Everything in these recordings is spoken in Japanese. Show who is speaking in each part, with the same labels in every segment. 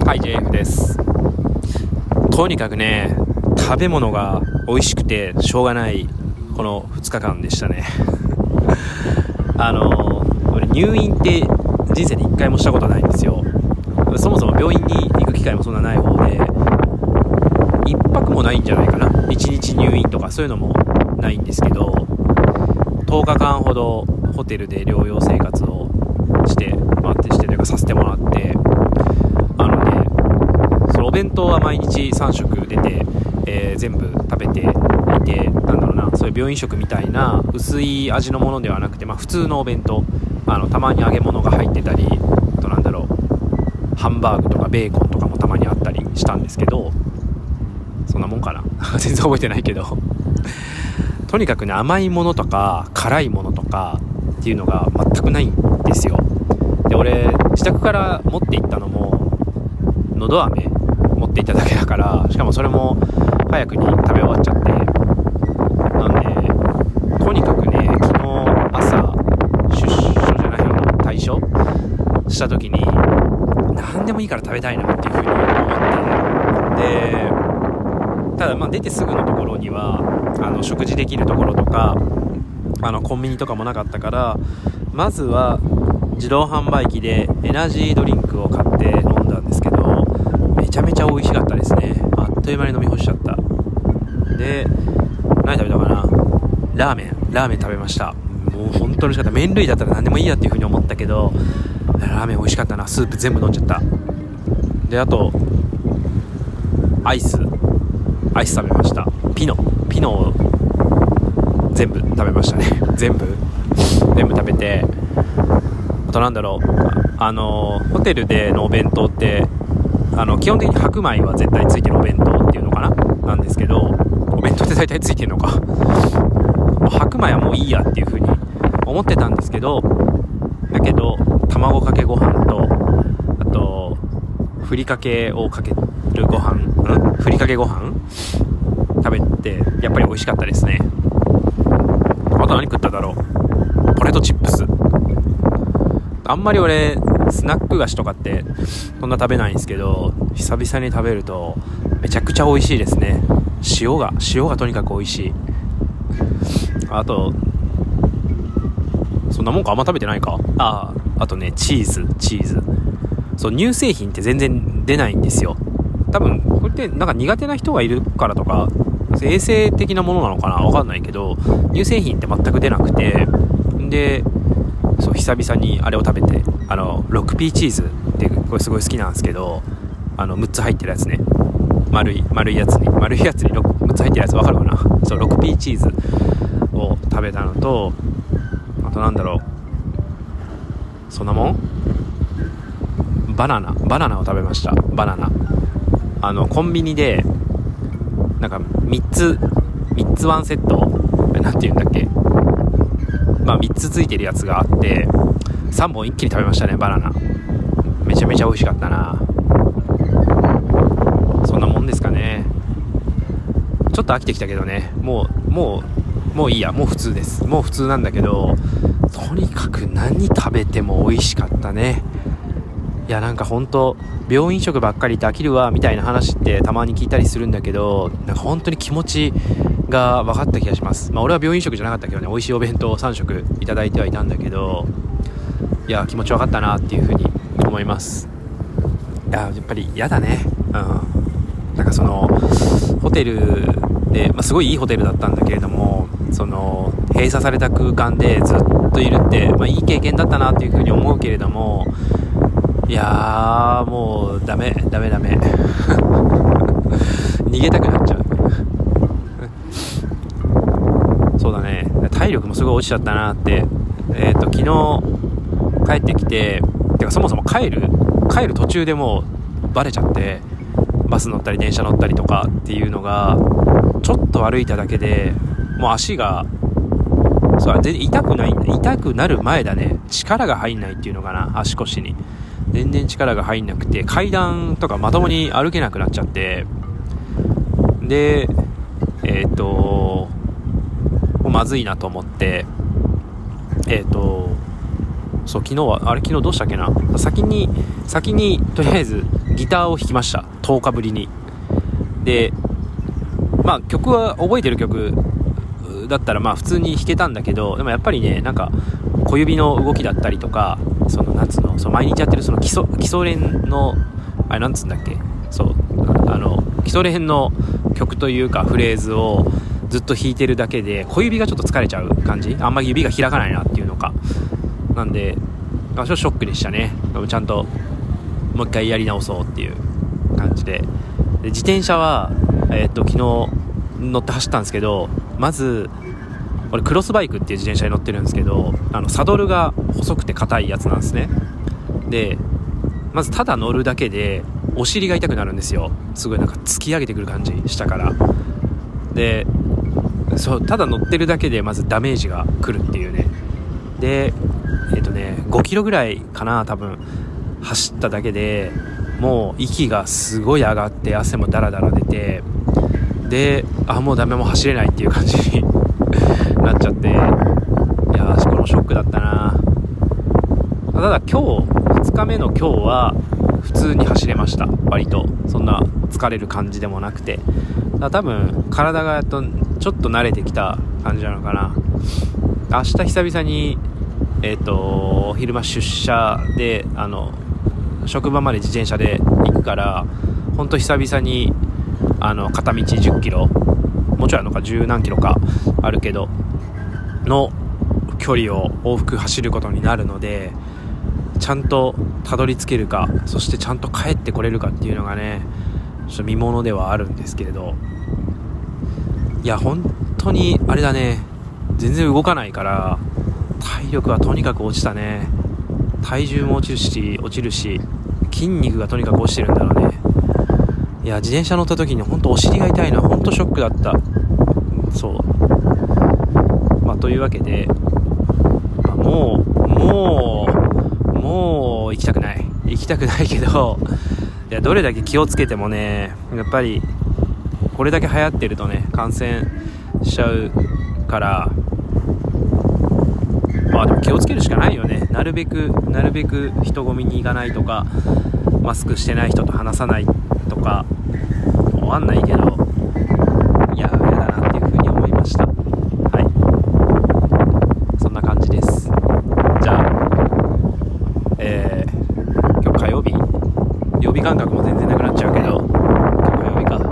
Speaker 1: はい、JF です。とにかくね、食べ物が美味しくてしょうがないこの2日間でしたね。俺入院って人生で1回もしたことないんですよ。そもそも病院に行く機会もそんなない方で、1泊もないんじゃないかな。1日入院とかそういうのもないんですけど、10日間ほどホテルで療養生活をしてというかさせてもらって、そのお弁当は毎日3食出て、全部食べていて、そういう病院食みたいな薄い味のものではなくて、普通のお弁当、たまに揚げ物が入ってたり、ハンバーグとかベーコンとかもたまにあったりしたんですけど、そんなもんかな全然覚えてないけどとにかくね、甘いものとか辛いものとかっていうのが全くないんですよ。で、俺自宅から持って行ったのものど飴持っていっただけだから、しかもそれも早くに食べ終わっちゃって、なんでとにかくね、昨日朝退所した時に何でもいいから食べたいなっていうふうに思って、でただ出てすぐのところには食事できるところとかコンビニとかもなかったから、まずは自動販売機でエナジードリンクを買って飲んだんですけど、めちゃめちゃ美味しかったですね。あっという間に飲み干しちゃった。で、何食べたかな。ラーメン食べました。もう本当に美味しかった。麺類だったら何でもいいやっていう風に思ったけど、ラーメン美味しかったな。スープ全部飲んじゃった。で、あとアイス食べました。ピノを全部食べましたね全部食べて、あとホテルでのお弁当って基本的に白米は絶対ついてるお弁当っていうのかななんですけど、お弁当って大体ついてるのか白米はもういいやっていう風に思ってたんですけど、だけど卵かけご飯と、あとふりかけをかけるご飯ふりかけご飯食べて、やっぱり美味しかったですね。あと何食っただろう。ポテトチップス。あんまり俺スナック菓子とかってそんな食べないんですけど、久々に食べるとめちゃくちゃ美味しいですね。塩がとにかく美味しい。あとそんなもんか。あんま食べてないか。あとね、チーズ。そう、乳製品って全然出ないんですよ。多分これって苦手な人がいるからとか衛生的なものなのかな、わかんないけど、乳製品って全く出なくて、でそう久々にあれを食べて、6P チーズってこれすごい好きなんですけど、6つ入ってるやつね、丸いやつに6つ入ってるやつ、わかるかな。そう、6P チーズを食べたのと、あとそんなもん、バナナを食べました。バナナコンビニで3つワンセットなんていうんだっけ、3つついてるやつがあって、3本一気に食べましたね。バナナめちゃめちゃ美味しかったな。そんなもんですかね。ちょっと飽きてきたけどね、もういいや、もう普通です。もう普通なんだけど、とにかく何食べても美味しかったね。いや、本当病院食ばっかりって飽きるわみたいな話ってたまに聞いたりするんだけど、本当に気持ちが分かった気がします。俺は病院食じゃなかったけどね、美味しいお弁当を3食いただいてはいたんだけど、いや、気持ち分かったなっていうふうに思います。いや、やっぱり嫌だね。そのホテルで、すごいいいホテルだったんだけれども、その閉鎖された空間でずっといるって、いい経験だったなっていうふうに思うけれども、いやー、もうダメ逃げたくなっちゃうそうだね、体力もすごい落ちちゃったなって。昨日帰ってきて、そもそも帰る途中でもうバレちゃって、バス乗ったり電車乗ったりとかっていうのが、ちょっと歩いただけでもう足が痛くなる前だね。力が入んないっていうのかな、足腰に全然力が入んなくて、階段とかまともに歩けなくなっちゃって、でもうまずいなと思って、 そう昨日どうしたっけな、先にとりあえずギターを弾きました。10日ぶりに。でまあ曲は覚えてる曲だったらまあ普通に弾けたんだけど、でもやっぱりね、なんか小指の動きだったりとか、そのなんつうの、毎日やってるその基礎練のあれなんつうんだっけ、そう基礎練の曲というかフレーズをずっと弾いてるだけで小指がちょっと疲れちゃう感じ、あんまり指が開かないなっていうのかなんで、ちょっとショックでしたね。でもちゃんともう一回やり直そうっていう感じで、自転車は昨日乗って走ったんですけど、まず俺クロスバイクっていう自転車に乗ってるんですけど、サドルが細くて硬いやつなんですね。でまずただ乗るだけでお尻が痛くなるんですよ。すごいなんか突き上げてくる感じ、下から。でそうただ乗ってるだけでまずダメージが来るっていうね。で5キロぐらいかな、多分走っただけでもう息がすごい上がって汗もダラダラ出て、でもうダメ、もう走れないっていう感じになっちゃって、いやーこのショックだったな。ただ今日2日目の今日は普通に走れました。割とそんな疲れる感じでもなくて、だ多分体がやっとちょっと慣れてきた感じなのかな。明日久々に昼間出社で職場まで自転車で行くから、ほんと久々に片道10キロ、もちろん10何キロかあるけどの距離を往復走ることになるので、ちゃんとたどり着けるか、そしてちゃんと帰ってこれるかっていうのがね、ちょっと見ものではあるんですけれど、いや本当にあれだね、全然動かないから体力はとにかく落ちたね。体重も落ちるし筋肉がとにかく落ちてるんだろうね。いや自転車乗った時に本当お尻が痛いのは本当ショックだった。そうまあというわけで、もう行きたくないけど、いやどれだけ気をつけてもね、やっぱりこれだけ流行ってるとね感染しちゃうから、まあでも気をつけるしかないよね。なるべく人混みに行かないとか、マスクしてない人と話さないとかわかんないけど、いややだなっていうふうに思いました。はい、そんな感じです。じゃあ今日火曜日感覚も全然なくなっちゃうけど、今日火曜日か。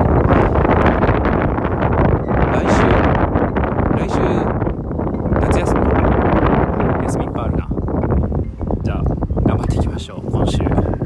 Speaker 1: 来週夏休みとか休みいっぱいあるな。じゃあ頑張っていきましょう。今週